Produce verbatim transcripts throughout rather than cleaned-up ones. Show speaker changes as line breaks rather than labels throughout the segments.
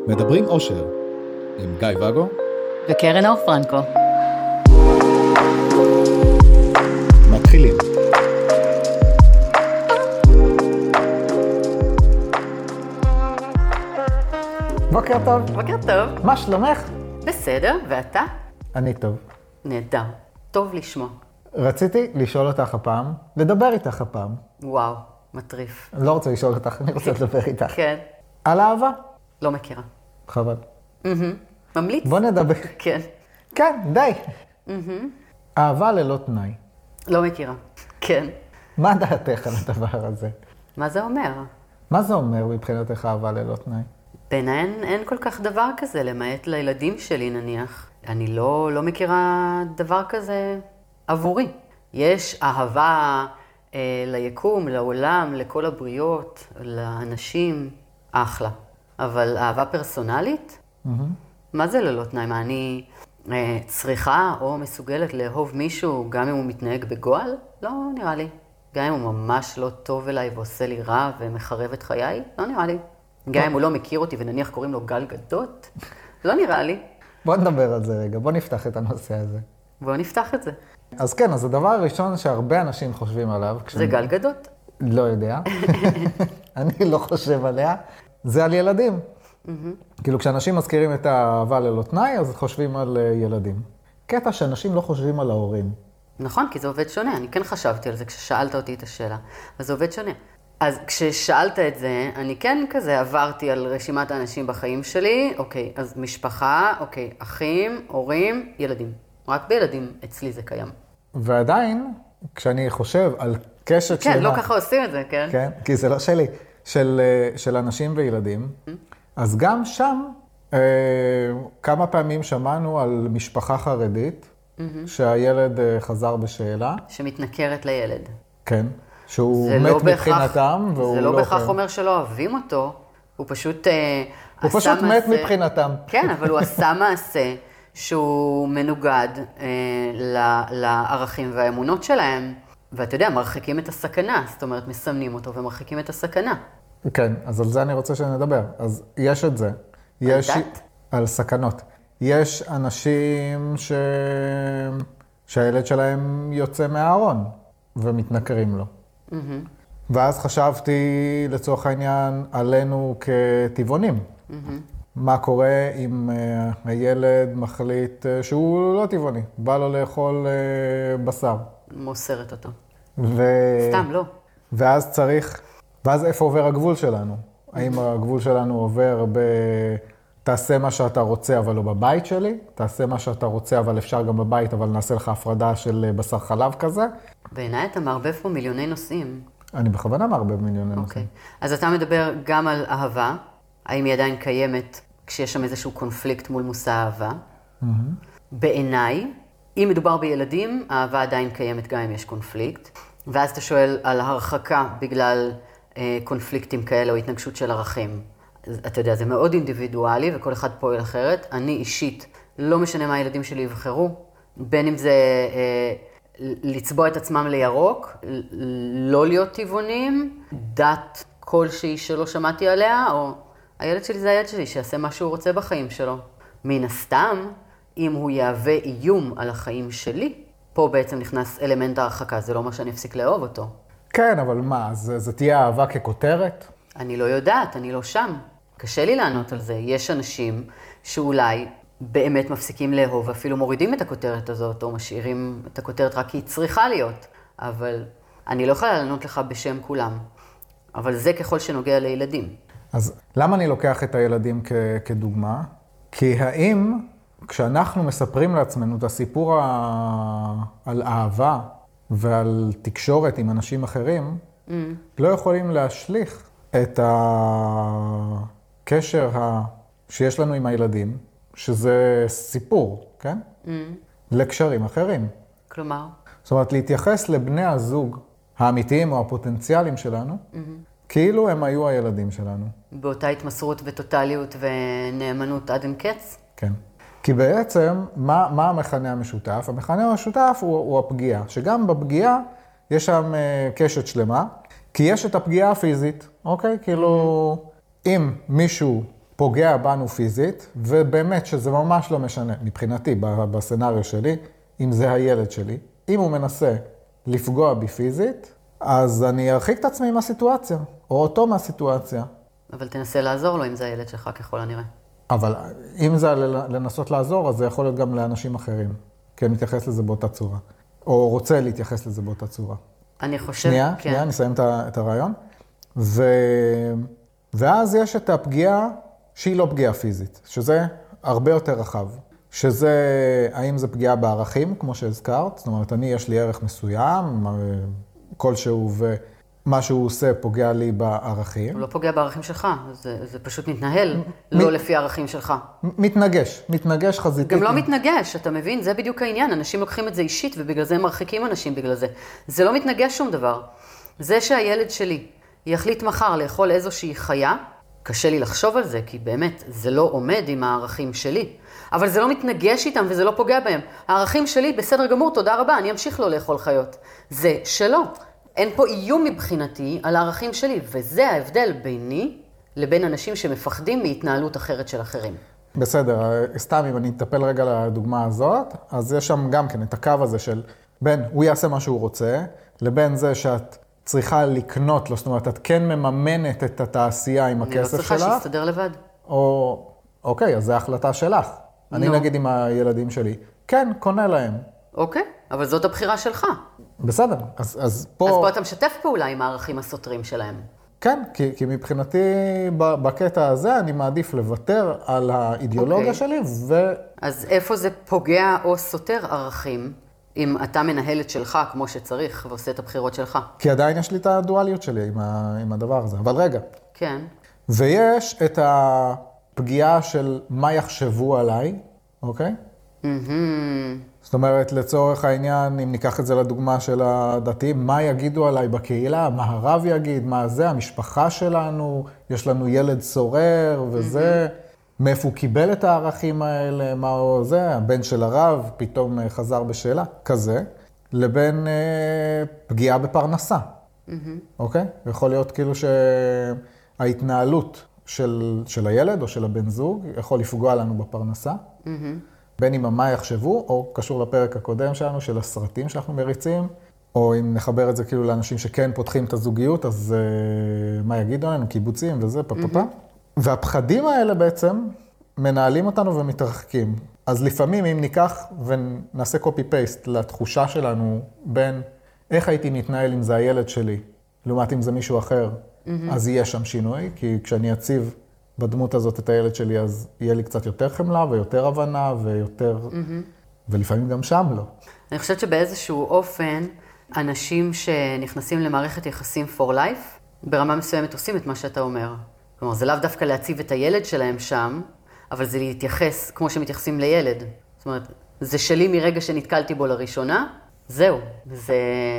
מדברים אושר עם גיא וגו
וקרן אור פרנקו.
מתחילים.
בוקר טוב.
בוקר טוב.
מה שלומך?
בסדר, ואתה?
אני טוב.
נהדר. טוב לשמוע.
רציתי לשאול אותך הפעם, לדבר איתך הפעם.
וואו, מטריף.
אני לא רוצה לשאול אותך, אני רוצה לדבר איתך.
כן.
על אהבה?
לא מכירה.
חבל.
מהמם. ממליץ?
בוא נדבר.
כן.
כן, די. אהבה ללא תנאי.
לא מכירה. כן.
מה דעתך על הדבר הזה?
מה זה אומר?
מה זה אומר מבחינתך אהבה ללא תנאי?
בעיניי אין, אין כל כך דבר כזה, למעט לילדים שלי נניח. אני לא, לא מכירה דבר כזה עבורי. יש אהבה אה, ליקום, לעולם, לכל הבריות, לאנשים, אחלה. אבל אהבה פרסונלית? מה זה ללא תנאי? מה, אני אה, צריכה או מסוגלת לאהוב מישהו גם אם הוא מתנהג בגועל? לא נראה לי. גם אם הוא ממש לא טוב אליי ועושה לי רע ומחרב את חיי? לא נראה לי. גם אם הוא לא מכיר אותי ונניח קוראים לו גל גדות? לא נראה לי.
בוא נדבר על זה רגע, בוא נפתח את הנושא הזה.
בואו נפתח את זה.
אז כן, אז הדבר הראשון שהרבה אנשים חושבים עליו...
זה
כשאני...
גל גדות?
לא יודע. אני לא חושב עליה. זה על ילדים. כאילו כשאנשים מזכירים את האהבה ללא תנאי, אז חושבים על ילדים. קטע שאנשים לא חושבים על ההורים.
נכון, כי זה עובד שונה. אני כן חשבתי על זה כששאלת אותי את השאלה. אז זה עובד שונה. אז כששאלת את זה, אני כן כזה עברתי על רשימת האנשים בחיים שלי. אוקיי, אז משפחה, אוקיי, אחים, הורים, ילדים. רק בילדים אצלי זה קיים.
ועדיין, כשאני חושב על קשת שלמה...
כן, לא ככה עושים את זה, כן?
כן, כי זה לא שלי. של, של אנשים וילדים. אז גם שם, אה, כמה פעמים שמענו על משפחה חרדית, שהילד אה, חזר בשאלה.
שמתנכרת לילד.
כן, שהוא מת
לא
מבחינתם, והוא
זה לא
לא
בהכרח
כן.
אומר שלא אוהבים אותו, הוא פשוט אה,
הוא
עשה
פשוט
מעשה...
מת מבחינתם.
כן, אבל הוא עשה מעשה שהוא מנוגד אה, ל- לערכים והאמונות שלהם, ואתה יודע, מרחיקים את הסכנה, זאת אומרת, מסמנים אותו ומרחיקים את הסכנה.
כן, אז על זה אני רוצה שנדבר. אז יש את זה. יש...
דת?
על סכנות. יש אנשים ש... שהילד שלהם יוצא מהארון ומתנכרים לו.
Mm-hmm.
ואז חשבתי לצורך העניין עלינו כטבעונים. Mm-hmm. מה קורה אם uh, הילד מחליט uh, שהוא לא טבעוני, בא לו לאכול uh, בשר.
מוסרת אותו.
ו...
סתם, לא.
ואז צריך, ואז איפה עובר הגבול שלנו? האם הגבול שלנו עובר ב... תעשה מה שאתה רוצה, אבל לא בבית שלי, תעשה מה שאתה רוצה, אבל אפשר גם בבית, אבל נעשה לך הפרדה של בשר חלב כזה.
בעיניי אתה מערבב פה מיליוני נושאים.
אני בכוונה מערבב מיליוני נושאים.
אוקיי. אז אתה מדבר גם על אהבה, האם היא עדיין קיימת כשיש שם איזשהו קונפליקט מול מושא אהבה. Mm-hmm. בעיניי, אם מדובר בילדים, האהבה עדיין קיימת גם אם יש קונפליקט. ואז אתה שואל על הרחקה בגלל אה, קונפליקטים כאלה או התנגשות של ערכים. אתה יודע, זה מאוד אינדיבידואלי וכל אחד פועל אחרת. אני אישית, לא משנה מה הילדים שלי יבחרו, בין אם זה אה, לצבוע את עצמם לירוק, לא להיות טבעונים, דת כלשהי שלא שמעתי עליה, או הילד שלי זה הילד שלי, שיעשה מה שהוא רוצה בחיים שלו. מן הסתם, אם הוא יהווה איום על החיים שלי, פה בעצם נכנס אלמנט ההרחקה, זה לא מה שאני אפסיק לאהוב אותו.
כן, אבל מה, זה, זה תהיה אהבה ככותרת?
אני לא יודעת, אני לא שם. קשה לי לענות על זה. יש אנשים שאולי באמת מפסיקים לאהוב, אפילו מורידים את הכותרת הזאת, או משאירים את הכותרת רק כי היא צריכה להיות. אבל אני לא יכולה לענות לך בשם כולם. אבל זה ככל שנוגע לילדים.
אז למה אני לוקח את הילדים כ- כדוגמה? כי האם כשאנחנו מספרים לעצמנו את הסיפור ה- על אהבה ועל תקשורת עם אנשים אחרים, mm. לא יכולים להשליך את הקשר ה... שיש לנו עם הילדים, שזה סיפור, כן? Mm. לקשרים אחרים.
כלומר?
זאת אומרת, להתייחס לבני הזוג האמיתיים או הפוטנציאליים שלנו, mm-hmm. כאילו הם היו הילדים שלנו.
באותה התמסרות וטוטליות ונאמנות עד אין קץ?
כן. כי בעצם, מה, מה המכנה המשותף? המכנה המשותף הוא, הוא הפגיעה, שגם בפגיעה יש שם uh, קשת שלמה, כי יש את הפגיעה הפיזית, אוקיי? כאילו, אם מישהו פוגע בנו פיזית, ובאמת שזה ממש לא משנה, מבחינתי, בסצנריו שלי, אם זה הילד שלי, אם הוא מנסה לפגוע בי פיזית, אז אני ארחיק את עצמי מהסיטואציה, או אותו מהסיטואציה.
אבל תנסה לעזור לו אם זה הילד שלך ככל הנראה.
אבל אם זה לנסות לעזור, אז זה יכול להיות גם לאנשים אחרים, כי אני מתייחס לזה באותה צורה, או רוצה להתייחס לזה באותה צורה.
אני חושב,
שנייה,
כן.
שנייה, נסיים את הרעיון. ו... ואז יש את הפגיעה שהיא לא פגיעה פיזית, שזה הרבה יותר רחב. שזה, האם זה פגיעה בערכים, כמו שהזכרת, זאת אומרת, אני, יש לי ערך מסוים, כלשהו, ומה שהוא עושה פוגע לי בערכים.
הוא לא פוגע בערכים שלך, זה, זה פשוט מתנהל, מ... לא לפי הערכים שלך.
מתנגש, מתנגש חזיתית.
גם לא מתנגש, אתה מבין? זה בדיוק העניין. אנשים לוקחים את זה אישית, ובגלל זה הם מרחיקים אנשים בגלל זה. זה לא מתנגש שום דבר. זה שהילד שלי יחליט מחר לאכול איזושהי חיה, קשה לי לחשוב על זה, כי באמת זה לא עומד עם הערכים שלי. אבל זה לא מתנגש איתם וזה לא פוגע בהם. הערכים שלי, בסדר גמור, תודה רבה, אני אמשיך לא לאכול חיות. זה שלא. אין פה איום מבחינתי על הערכים שלי, וזה ההבדל ביני לבין אנשים שמפחדים מהתנהלות אחרת של אחרים.
בסדר, סתם אם אני אטפל רגע לדוגמה הזאת, אז יש שם גם כן את הקו הזה של בין הוא יעשה מה שהוא רוצה, לבין זה שאת צריכה לקנות לו, זאת אומרת, את כן מממנת את התעשייה עם הכסף שלך.
אני לא צריכה שיסתדר לבד.
או, אוקיי, אז זו החלטה שלך. אני נגיד עם הילדים שלי, כן, קונה להם.
אוקיי, אבל זאת הבחירה שלך.
בסדר, אז, אז פה...
אז פה אתה משתף פעולה עם הערכים הסותרים שלהם.
כן, כי, כי מבחינתי בקטע הזה אני מעדיף לוותר על האידיאולוגיה okay. שלי ו...
אז איפה זה פוגע או סותר ערכים, אם אתה מנהל את שלך כמו שצריך ועושה את הבחירות שלך?
כי עדיין יש לי את הדואליות שלי עם, ה, עם הדבר הזה, אבל רגע.
כן.
ויש את הפגיעה של מה יחשבו עליי, אוקיי?
Mm-hmm.
זאת אומרת, לצורך העניין, אם ניקח את זה לדוגמה של הדתיים, מה יגידו עליי בקהילה, מה הרב יגיד, מה זה, המשפחה שלנו, יש לנו ילד סורר וזה, mm-hmm. מאיפה הוא קיבל את הערכים האלה, מה הוא זה, הבן של הרב פתאום חזר בשאלה, כזה, לבין אה, פגיעה בפרנסה, mm-hmm. אוקיי? יכול להיות כאילו שההתנהלות של, של הילד או של הבן זוג יכול לפגוע לנו בפרנסה, mm-hmm. בין אם מה יחשבו, או קשור לפרק הקודם שלנו, של הסרטים שאנחנו מריצים, או אם נחבר את זה כאילו לאנשים שכן פותחים את הזוגיות, אז uh, מה יגידו עלינו, קיבוצים וזה, פפפא. Mm-hmm. והפחדים האלה בעצם מנהלים אותנו ומתרחקים. אז לפעמים אם ניקח ונעשה קופי-פייסט לתחושה שלנו בין איך הייתי מתנהל אם זה הילד שלי, לעומת אם זה מישהו אחר, mm-hmm. אז יהיה שם שינוי, כי כשאני אציב בדמות הזאת את הילד שלי, אז יהיה לי קצת יותר חמלה ויותר הבנה ויותר... Mm-hmm. ולפעמים גם שם לא.
אני חושבת שבאיזשהו אופן, אנשים שנכנסים למערכת יחסים for life, ברמה מסוימת עושים את מה שאתה אומר. כלומר, זה לאו דווקא להציב את הילד שלהם שם, אבל זה להתייחס כמו שמתייחסים לילד. זאת אומרת, זה שלי מרגע שנתקלתי בו לראשונה, זהו. זה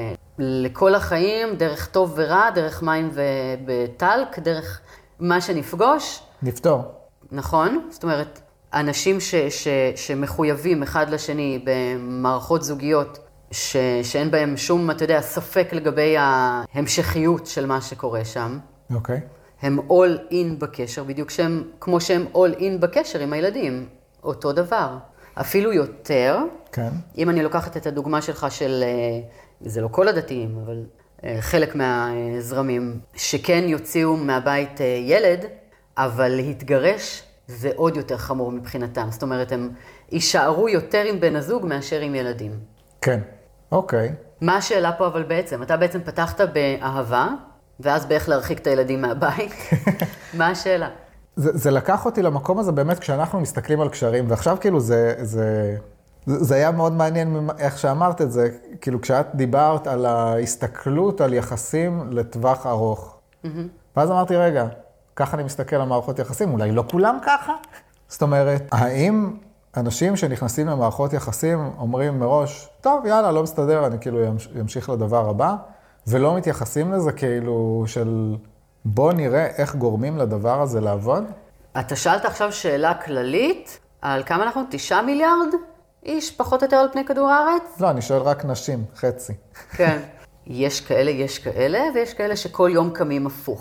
לכל החיים, דרך טוב ורע, דרך מים ובטלק, דרך... מה שנפגוש.
נפתור.
נכון. זאת אומרת, אנשים ש, ש, שמחויבים אחד לשני במערכות זוגיות, ש, שאין בהם שום, אתה יודע, ספק לגבי ההמשכיות של מה שקורה שם.
אוקיי.
הם all in בקשר, בדיוק שהם, כמו שהם all in בקשר עם הילדים. אותו דבר. אפילו יותר.
כן.
אם אני לוקחת את הדוגמה שלך של, זה לא כל הדתיים, אבל... חלק מהזרמים, שכן יוציאו מהבית ילד, אבל להתגרש זה עוד יותר חמור מבחינתם. זאת אומרת, הם יישארו יותר עם בן הזוג מאשר עם ילדים.
כן, אוקיי.
מה השאלה פה אבל בעצם? אתה בעצם פתחת באהבה, ואז באיך להרחיק את הילדים מהבית. מה השאלה?
זה, זה לקח אותי למקום הזה באמת כשאנחנו מסתכלים על קשרים, ועכשיו כאילו זה... זה... זה היה מאוד מעניין איך שאמרת את זה, כאילו כשאת דיברת על ההסתכלות על יחסים לטווח ארוך. Mm-hmm. ואז אמרתי, רגע, ככה אני מסתכל על מערכות יחסים, אולי לא כולם ככה? זאת אומרת, האם אנשים שנכנסים למערכות יחסים אומרים מראש, טוב, יאללה, לא מסתדר, אני כאילו ימשיך לדבר הבא, ולא מתייחסים לזה כאילו של בוא נראה איך גורמים לדבר הזה לעבוד?
אתה שאלת עכשיו שאלה כללית, על כמה אנחנו? תשעה מיליארד? איש פחות או יותר על פני כדור הארץ?
לא, אני שואל רק נשים, חצי.
כן. יש כאלה, יש כאלה, ויש כאלה שכל יום קמים הפוך.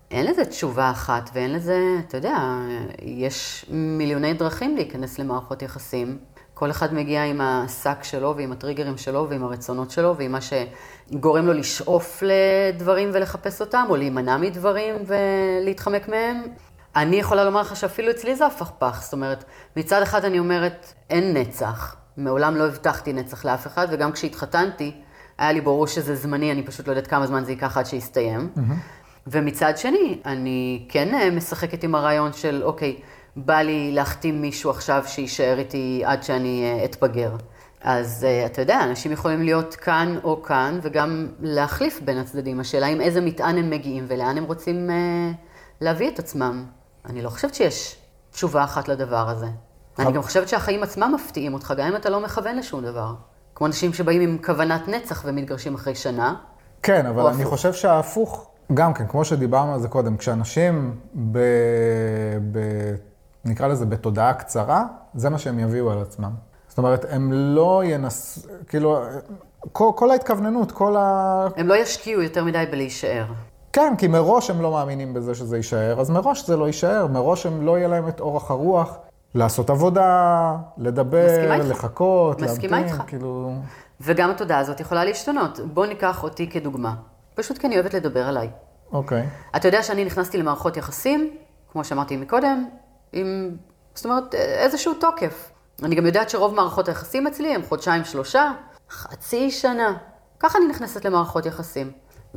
אין לזה תשובה אחת, ואין לזה, אתה יודע, יש מיליוני דרכים להיכנס למערכות יחסים. כל אחד מגיע עם השק שלו, ועם הטריגרים שלו, ועם הרצונות שלו, ועם מה שגורם לו לשאוף לדברים ולחפש אותם, או להימנע מדברים ולהתחמק מהם. אני יכולה לומר לך שאפילו אצלי זה הפכפך. זאת אומרת, מצד אחד אני אומרת, אין נצח. מעולם לא הבטחתי נצח לאף אחד, וגם כשהתחתנתי, היה לי ברור שזה זמני, אני פשוט לא יודעת כמה זמן זה ייקח עד שיסתיים. Mm-hmm. ומצד שני, אני כן משחקת עם הרעיון של, אוקיי, בא לי להחתים מישהו עכשיו שישאר איתי עד שאני אתבגר. אז אתה יודע, אנשים יכולים להיות כאן או כאן, וגם להחליף בין הצדדים. השאלה עם איזה מטען הם מגיעים ולאן הם רוצים להביא את עצמם. אני לא חושבת שיש תשובה אחת לדבר הזה. אני גם חושבת שהחיים עצמם מפתיעים אותך, גם אם אתה לא מכוון לשום דבר. כמו אנשים שבאים עם כוונת נצח ומתגרשים אחרי שנה.
כן, אבל אני חושב שההפוך, גם כן, כמו שדיברנו על זה קודם, כשאנשים ב... ב... נקרא לזה בתודעה קצרה, זה מה שהם יביאו על עצמם. זאת אומרת, הם לא ינס... כאילו, כל, כל ההתכווננות, כל ה...
הם לא ישקיעו יותר מדי בלהישאר.
כן, כי מראש הם לא מאמינים בזה שזה יישאר, אז מראש זה לא יישאר, מראש הם לא יהיה להם את אורך הרוח, לעשות עבודה, לדבר, לחכות, להמתין, כאילו...
וגם התודעה הזאת יכולה להשתנות. בוא ניקח אותי כדוגמה. פשוט כי אני אוהבת לדבר עליי.
אוקיי.
אתה יודע שאני נכנסתי למערכות יחסים, כמו שאמרתי מקודם, עם, זאת אומרת, איזשהו תוקף. אני גם יודעת שרוב מערכות היחסים אצלי הם חודשיים, שלושה, חצי שנה. ככה אני נכנסת למערכות יחסים.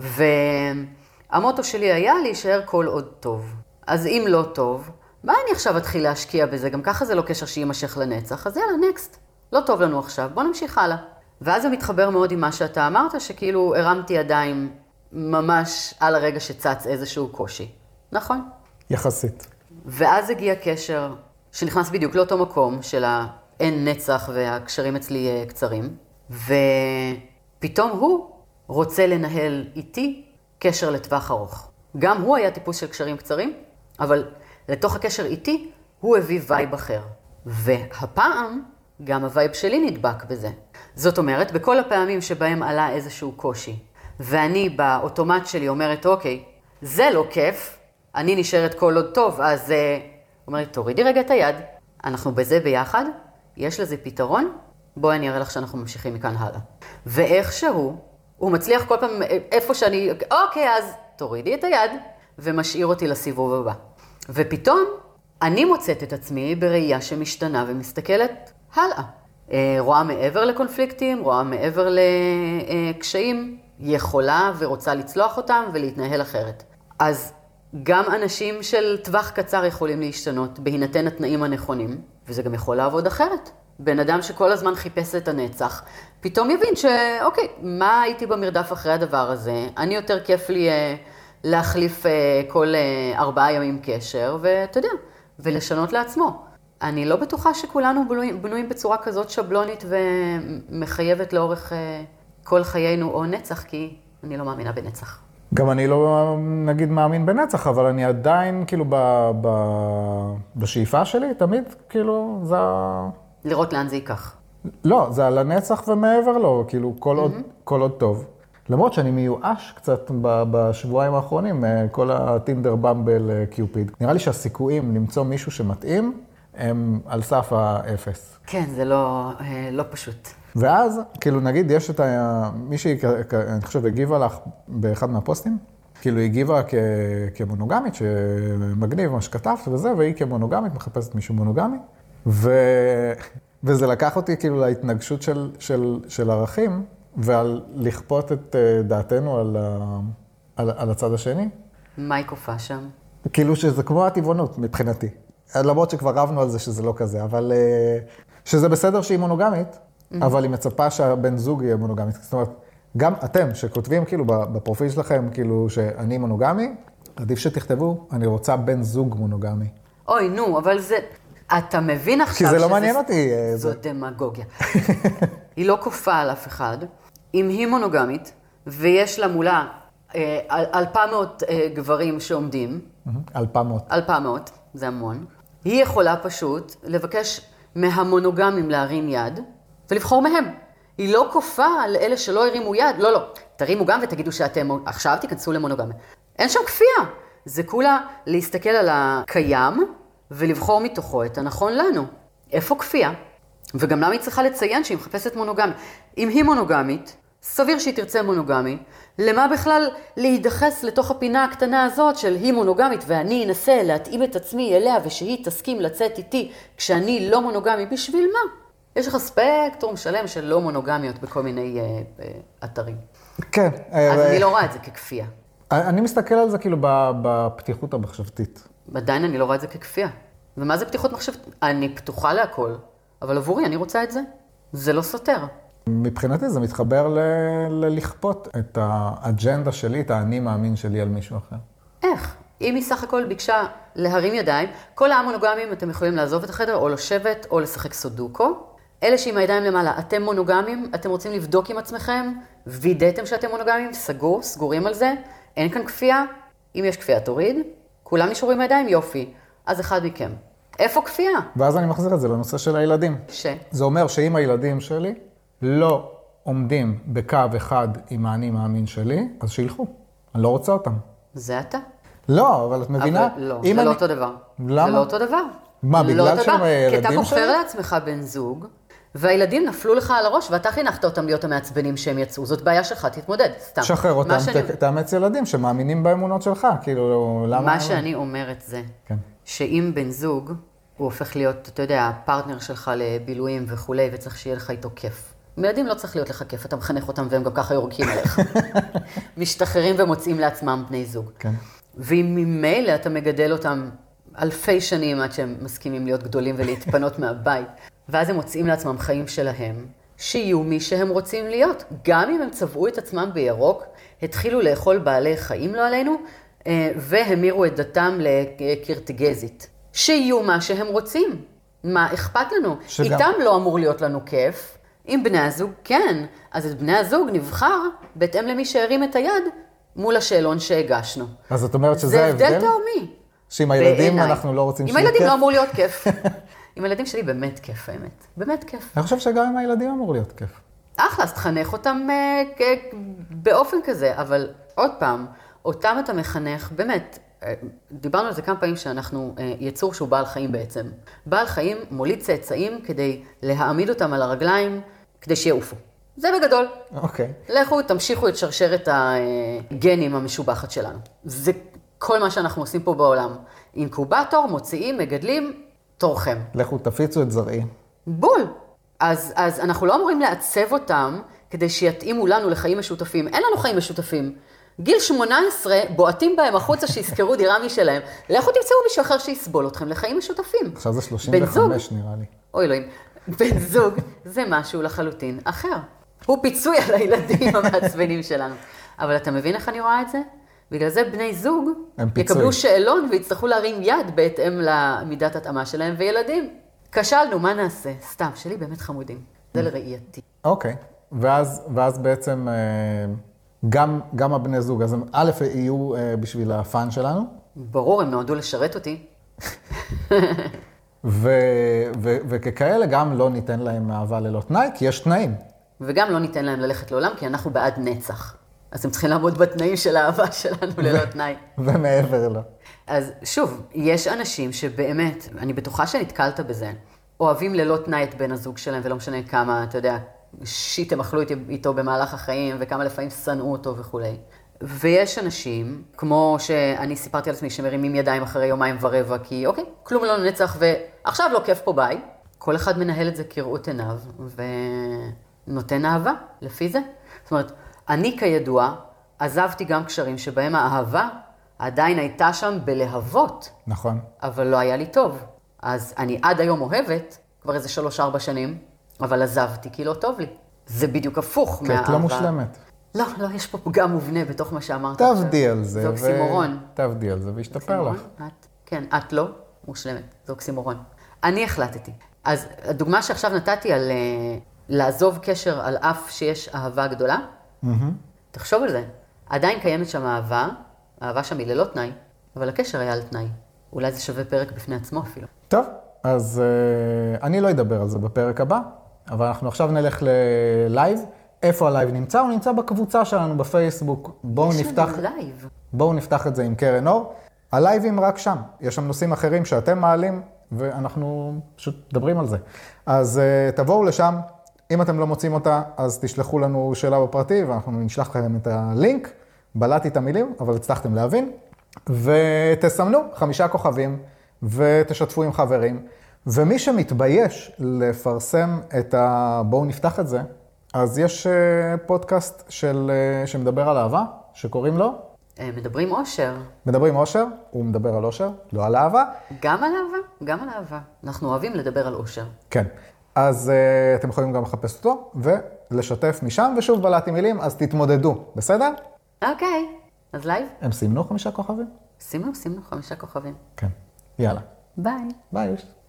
והמוטו שלי היה להישאר כל עוד טוב. אז אם לא טוב, מה אני עכשיו אתחיל להשקיע בזה? גם ככה זה לא קשר שימשך לנצח. אז יאללה, נקסט. לא טוב לנו עכשיו, בוא נמשיך הלאה. ואז זה מתחבר מאוד עם מה שאתה אמרת, שכאילו הרמתי ידיים ממש על הרגע שצץ איזשהו קושי. נכון?
יחסית.
ואז הגיע קשר שנכנס בדיוק לאותו מקום של האין נצח והקשרים אצלי קצרים, ופתאום הוא רוצה לנהל איתי קשר לטווח ארוך. גם הוא היה טיפוס של קשרים קצרים, אבל לתוך הקשר איתי הוא הביא וייב אחר. והפעם גם הווייב שלי נדבק בזה. זאת אומרת, בכל הפעמים שבהם עלה איזשהו קושי, ואני באוטומט שלי אומרת, אוקיי, זה לא כיף, אני נשארת כל עוד טוב, אז אומרת, תורידי רגע את היד, אנחנו בזה ביחד, יש לזה פתרון, בואי אני אראה לך שאנחנו ממשיכים מכאן הלאה. ואיכשהו, הוא מצליח כל פעם איפה שאני, אוקיי, אז תורידי את היד, ומשאיר אותי לסיבוב הבא. ופתאום, אני מוצאת את עצמי בראייה שמשתנה ומסתכלת הלאה. רואה מעבר לקונפליקטים, רואה מעבר לקשיים, יכולה ורוצה לצלוח אותם ולהתנהל אחרת. אז גם אנשים של טווח קצר יכולים להשתנות בהינתן התנאים הנכונים, וזה גם יכול לעבוד אחרת. בן אדם שכל הזמן חיפש את הנצח, פתאום יבין שאוקיי, מה הייתי במרדף אחרי הדבר הזה? אני יותר כיף לי להחליף כל ארבעה ימים קשר, ואתה יודע, ולשנות לעצמו. אני לא בטוחה שכולנו בנויים, בנויים בצורה כזאת שבלונית ומחייבת לאורך כל חיינו או נצח, כי אני לא מאמינה בנצח.
גם אני לא, נגיד, מאמין בנצח, אבל אני עדיין, כאילו, ב, ב, בשאיפה שלי, תמיד, כאילו, זה...
לראות לאן זה ייקח.
לא, זה על הנצח ומעבר לו, כאילו, כל, mm-hmm. עוד, כל עוד טוב. למרות שאני מיואש קצת בשבועיים האחרונים, כל הטינדר, במבל, קיופיד. נראה לי שהסיכויים למצוא מישהו שמתאים, הם על סף האפס.
כן, זה לא, לא פשוט.
ואז, כאילו, נגיד, יש את ה... מישהי, אני חושב, הגיבה לך באחד מהפוסטים, כאילו, הגיבה כ... כמונוגמית, שמגניב מה שכתבת וזה, והיא כמונוגמית מחפשת מישהו מונוגמי, ו... וזה לקח אותי, כאילו, להתנגשות של, של, של ערכים, ועל לכפות את דעתנו על, ה... על, על הצד השני.
מה היא קופה שם?
כאילו, שזה כמו הטבעונות, מבחינתי. למרות שכבר רבנו על זה שזה לא כזה, אבל שזה בסדר שהיא מונוגמית, mm-hmm. אבל היא מצפה שהבן זוג יהיה מונוגמית. זאת אומרת, גם אתם שכותבים כאילו בפרופיל שלכם, כאילו שאני מונוגמי, עדיף שתכתבו, אני רוצה בן זוג מונוגמי.
אוי, נו, אבל זה... אתה מבין עכשיו
שזה... כי זה לא מעניין אותי.
זו דמגוגיה. היא לא כופה על אף אחד. אם היא מונוגמית, ויש לה מולה אלפיים מאות גברים שעומדים,
אלפיים מאות.
אלפיים מאות, זה המון. היא יכולה פשוט לבקש מהמונוגמים להרים יד, ולבחור מהם. היא לא כופה על אלה שלא הרימו יד. לא, לא. תרימו גם ותגידו שאתם עכשיו תיכנסו למונוגמי. אין שם כפייה. זה כולה להסתכל על הקיים ולבחור מתוכו את הנכון לנו. איפה כפייה? וגם למה היא צריכה לציין שהיא מחפשת מונוגמית? אם היא מונוגמית, סביר שהיא תרצה מונוגמי, למה בכלל להידחס לתוך הפינה הקטנה הזאת של היא מונוגמית ואני אנסה להתאים את עצמי אליה ושהיא תסכים לצאת איתי כשאני לא מונוגמי? בשביל מה? יש לך ספקטרום שלם של לא מונוגמיות בכל מיני אה, אה, אתרים.
כן.
אז
אה,
אני לא רואה את זה ככפייה.
אני מסתכל על זה כאילו בפתיחות המחשבתית.
עדיין אני לא רואה את זה ככפייה. ומה זה פתיחות מחשבתית? אני פתוחה להכל, אבל עבורי אני רוצה את זה. זה לא סותר.
מבחינתי זה מתחבר ל- ללכפות את האג'נדה שלי, את האני מאמין שלי על מישהו אחר.
איך? אם היא סך הכל ביקשה להרים ידיים, כל המונוגמים אתם יכולים לעזוב את החדר או לשבת או לשחק סודוקו. אלה שעם הידיים למעלה, אתם מונוגמים, אתם רוצים לבדוק עם עצמכם, וידאתם שאתם מונוגמים, סגור, סגורים על זה, אין כאן כפייה. אם יש כפייה תוריד, כולם נשארו עם הידיים, יופי. אז אחד מכם. איפה כפייה?
ואז אני מחזיר את זה לנושא של הילדים.
ש?
זה אומר שאם הילדים שלי לא עומדים בקו אחד עם האני מאמין שלי, אז שילכו. אני לא רוצה אותם.
זה אתה.
לא, אבל את מבינה?
אבל לא,
אם
זה
אני...
לא אותו דבר.
למה?
זה לא אותו דבר.
מה, בגלל
לא אותו
שהם
דבר.
הילדים
כי אתה בוחר
שלי?
לעצמך בן זוג, והילדים נפלו לך על הראש, ואתה חינכת אותם להיות המעצבנים שהם יצאו. זאת בעיה שלך, תתמודד, סתם.
שחרר אותם,
שאני...
ת... תאמץ ילדים שמאמינים באמונות שלך, כאילו, למה...
מה שאני אומרת זה,
כן.
שאם בן זוג, הוא הופך להיות, אתה יודע, הפרטנר שלך לבילויים וכולי, וצריך שיהיה לך איתו כיף. ילדים לא צריך להיות לך כיף, אתה מחנך אותם והם גם ככה יורקים עליך. משתחררים ומוצאים לעצמם בני זוג.
כן.
ואם ממילא אתה מגדל אותם אלפי שנים עד שהם מסכימים להיות גדולים ולהתפנות מהבית, ואז הם מוצאים לעצמם חיים שלהם, שיהיו מי שהם רוצים להיות. גם אם הם צבעו את עצמם בירוק, התחילו לאכול בעלי חיים לא עלינו, והמירו את דתם לקרטגזית. שיהיו מה שהם רוצים. מה אכפת לנו? שגם... איתם לא אמור להיות לנו כיף. עם בני הזוג, כן. אז את בני הזוג נבחר בהתאם למי שהרים את היד מול השאלון שהגשנו.
אז את אומרת שזה ההבדל?
זה הבדל תאומי.
שעם הילדים אנחנו לא רוצים שיהיה כיף?
עם הילדים לא אמור להיות כיף. עם הילדים שלי באמת כיף, האמת. באמת כיף.
אני חושב שגם עם הילדים אמור להיות כיף.
אחלה, אז תחנך אותם באופן כזה. אבל עוד פעם, אותם אתה מחנך, באמת, דיברנו על זה כמה פעמים שאנחנו יצור שהוא בעל חיים בעצם. בעל חיים מוליד צאצאים כדי להעמיד אותם על הרגליים, כדי שיעופו. זה בגדול.
אוקיי.
לכו, תמשיכו את שרשרת הגנים המשובחת שלנו. זה כל מה שאנחנו עושים פה בעולם. אינקובטור, מוציאים, מגדלים, תורכם.
לכו, תפיצו את זרעי.
בול. אז, אז אנחנו לא אמורים לעצב אותם כדי שיתאימו לנו לחיים משותפים. אין לנו חיים משותפים. גיל שמונה עשרה, בועטים בהם החוצה שיזכרו דירה משלהם. לכו תמצאו מישהו אחר שיסבול אתכם לחיים משותפים.
עכשיו זה שלושים וחמש נראה לי.
אוי אלוהים. בן זוג זה משהו לחלוטין אחר. הוא פיצוי על הילדים המעצבנים שלנו. אבל אתה מבין איך אני רואה את זה? בגלל זה בני זוג יקבלו שאלון ויצטרכו להרים יד בהתאם למידת התאמה שלהם, וילדים. כשלנו, מה נעשה? סתם, שלי באמת חמודים. זה לראייתי.
אוקיי. ואז, ואז בעצם גם, גם הבני זוג, אז הם א' יהיו בשביל הפאן שלנו.
ברור, הם נועדו לשרת אותי.
ו, ו, וככאלה גם לא ניתן להם אהבה ללא תנאי, כי יש תנאים.
וגם לא ניתן להם ללכת לעולם, כי אנחנו בעד נצח. אז הם צריכים לעמוד בתנאים של האהבה שלנו ללא תנאי.
ומעבר לו.
אז שוב, יש אנשים שבאמת, אני בטוחה שנתקלת בזה, אוהבים ללא תנאי את בן הזוג שלהם, ולא משנה כמה, אתה יודע, שיט הם אכלו איתו במהלך החיים, וכמה לפעמים שנאו אותו וכו'. ויש אנשים, כמו שאני סיפרתי על עצמי, שמרימים ידיים אחרי יומיים ורבע, כי אוקיי, כלום לא נצח, ועכשיו לא כיף פה ביי. כל אחד מנהל את זה כראות עיניו, ונותן אהבה לפי זה. זאת אומרת, אני כידוע, עזבתי גם קשרים שבהם האהבה עדיין הייתה שם בלהבות.
נכון.
אבל לא היה לי טוב. אז אני עד היום אוהבת, כבר איזה שלוש ארבע שנים, אבל עזבתי כי לא טוב לי. זה בדיוק הפוך מהאהבה.
כי את לא מושלמת.
לא, לא, יש פה פגם מובנה בתוך מה שאמרת.
תעבדי על זה.
זה אוקסימורון.
תעבדי על זה וישתפר לך.
את, כן, את לא מושלמת. זה אוקסימורון. אני החלטתי. אז הדוגמה שעכשיו נתתי על uh, לעזוב קשר על אף שיש אהבה גדולה, mm-hmm. תחשוב על זה. עדיין קיימת שם אהבה, האהבה שם היא ללא תנאי, אבל הקשר היה על תנאי. אולי זה שווה פרק בפני עצמו אפילו.
טוב, אז uh, אני לא אדבר על זה בפרק הבא, אבל אנחנו עכשיו נלך ללייב. איפה הלייב נמצא? הוא נמצא בקבוצה שלנו בפייסבוק. בואו נפתח...
יש לנו לייב.
בואו נפתח את זה עם קרן אור. הלייבים רק שם. יש שם נושאים אחרים שאתם מעלים, ואנחנו פשוט מדברים על זה. אז uh, תבואו לשם. אם אתם לא מוצאים אותה, אז תשלחו לנו שאלה בפרטי, ואנחנו נשלח לכם את הלינק. בלעתי את המילים, אבל הצלחתם להבין. ותסמנו חמישה כוכבים, ותשתפו עם חברים. ומי שמתבייש לפרסם את ה... בואו נפתח את זה, אז יש פודקאסט של... שמדבר על אהבה, שקוראים לו?
מדברים אושר.
מדברים אושר, הוא מדבר על אושר, לא על אהבה.
גם על אהבה, גם על אהבה. אנחנו אוהבים לדבר על אושר.
כן. אז uh, אתם יכולים גם לחפש אותו, ולשתף משם, ושוב בלעתי מילים, אז תתמודדו, בסדר?
אוקיי, אז לייב?
הם סימנו חמישה כוכבים?
סימנו, סימנו חמישה כוכבים.
כן. יאללה.
ביי.
ביי.